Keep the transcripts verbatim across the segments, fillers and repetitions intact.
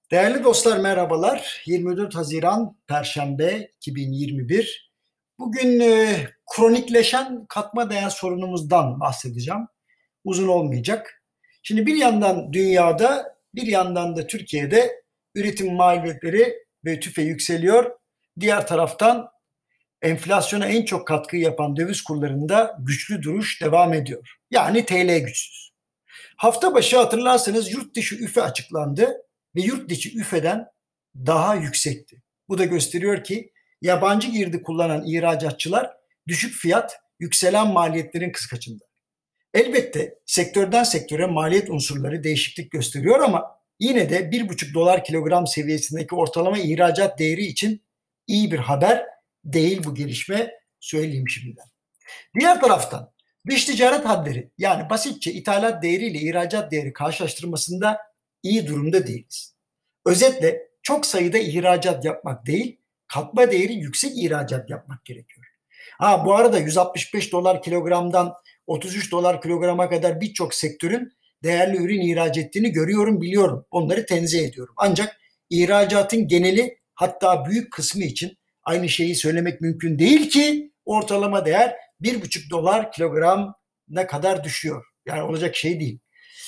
Değerli dostlar merhabalar. yirmi dört Haziran Perşembe iki bin yirmi bir. Bugün e, kronikleşen katma değer sorunumuzdan bahsedeceğim. Uzun olmayacak. Şimdi bir yandan dünyada, bir yandan da Türkiye'de üretim maliyetleri ve tüfe yükseliyor. Diğer taraftan enflasyona en çok katkı yapan döviz kurlarında güçlü duruş devam ediyor. Yani T L güçsüz. Hafta başı hatırlarsanız yurt dışı üfe açıklandı ve yurt dışı üfeden daha yüksekti. Bu da gösteriyor ki yabancı girdi kullanan ihracatçılar düşük fiyat, yükselen maliyetlerin kıskaçında. Elbette sektörden sektöre maliyet unsurları değişiklik gösteriyor ama yine de bir buçuk dolar kilogram seviyesindeki ortalama ihracat değeri için iyi bir haber değil bu gelişme, söyleyeyim şimdiden. Diğer taraftan dış ticaret hadleri, yani basitçe ithalat değeriyle ihracat değeri karşılaştırmasında iyi durumda değiliz. Özetle çok sayıda ihracat yapmak değil, katma değeri yüksek ihracat yapmak gerekiyor. Ha, bu arada yüz altmış beş dolar kilogramdan otuz üç dolar kilograma kadar birçok sektörün değerli ürün ihraç ettiğini görüyorum, biliyorum. Onları tenzih ediyorum. Ancak ihracatın geneli, hatta büyük kısmı için aynı şeyi söylemek mümkün değil ki ortalama değer bir buçuk dolar kilogram ne kadar düşüyor. Yani olacak şey değil.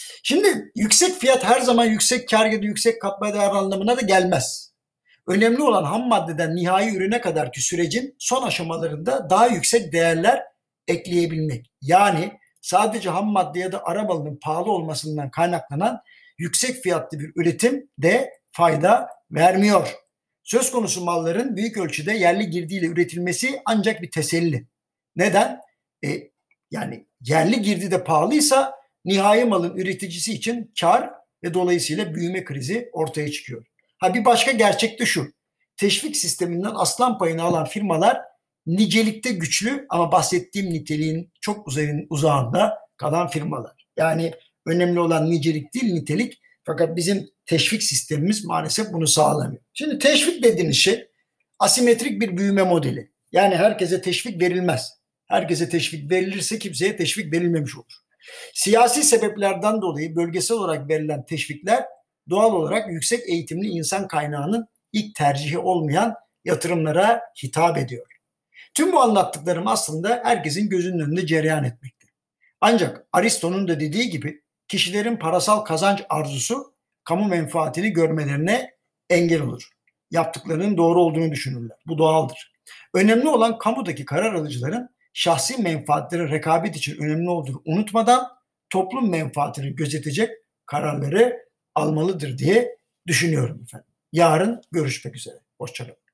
Şimdi yüksek fiyat her zaman yüksek kar ya da yüksek katma değer anlamına da gelmez. Önemli olan ham maddeden nihai ürüne kadarki sürecin son aşamalarında daha yüksek değerler ekleyebilmek. Yani sadece ham madde ya da ara malının pahalı olmasından kaynaklanan yüksek fiyatlı bir üretim de fayda vermiyor. Söz konusu malların büyük ölçüde yerli girdiyle üretilmesi ancak bir teselli. Neden? E, yani yerli girdi de pahalıysa nihai malın üreticisi için kar ve dolayısıyla büyüme krizi ortaya çıkıyor. Ha, bir başka gerçek de şu. Teşvik sisteminden aslan payını alan firmalar nicelikte güçlü ama bahsettiğim niteliğin çok uzağında kalan firmalar. Yani önemli olan nicelik değil nitelik, fakat bizim teşvik sistemimiz maalesef bunu sağlamıyor. Şimdi teşvik dediğiniz şey asimetrik bir büyüme modeli. Yani herkese teşvik verilmez. Herkese teşvik verilirse kimseye teşvik verilmemiş olur. Siyasi sebeplerden dolayı bölgesel olarak verilen teşvikler doğal olarak yüksek eğitimli insan kaynağının ilk tercihi olmayan yatırımlara hitap ediyor. Tüm bu anlattıklarım aslında herkesin gözünün önünde cereyan etmekte. Ancak Aristo'nun da dediği gibi kişilerin parasal kazanç arzusu kamu menfaatini görmelerine engel olur. Yaptıklarının doğru olduğunu düşünürler. Bu doğaldır. Önemli olan kamudaki karar alıcıların şahsi menfaatleri rekabet için önemli olduğunu unutmadan toplum menfaatini gözetecek kararları almalıdır diye düşünüyorum efendim. Yarın görüşmek üzere. Hoşçakalın.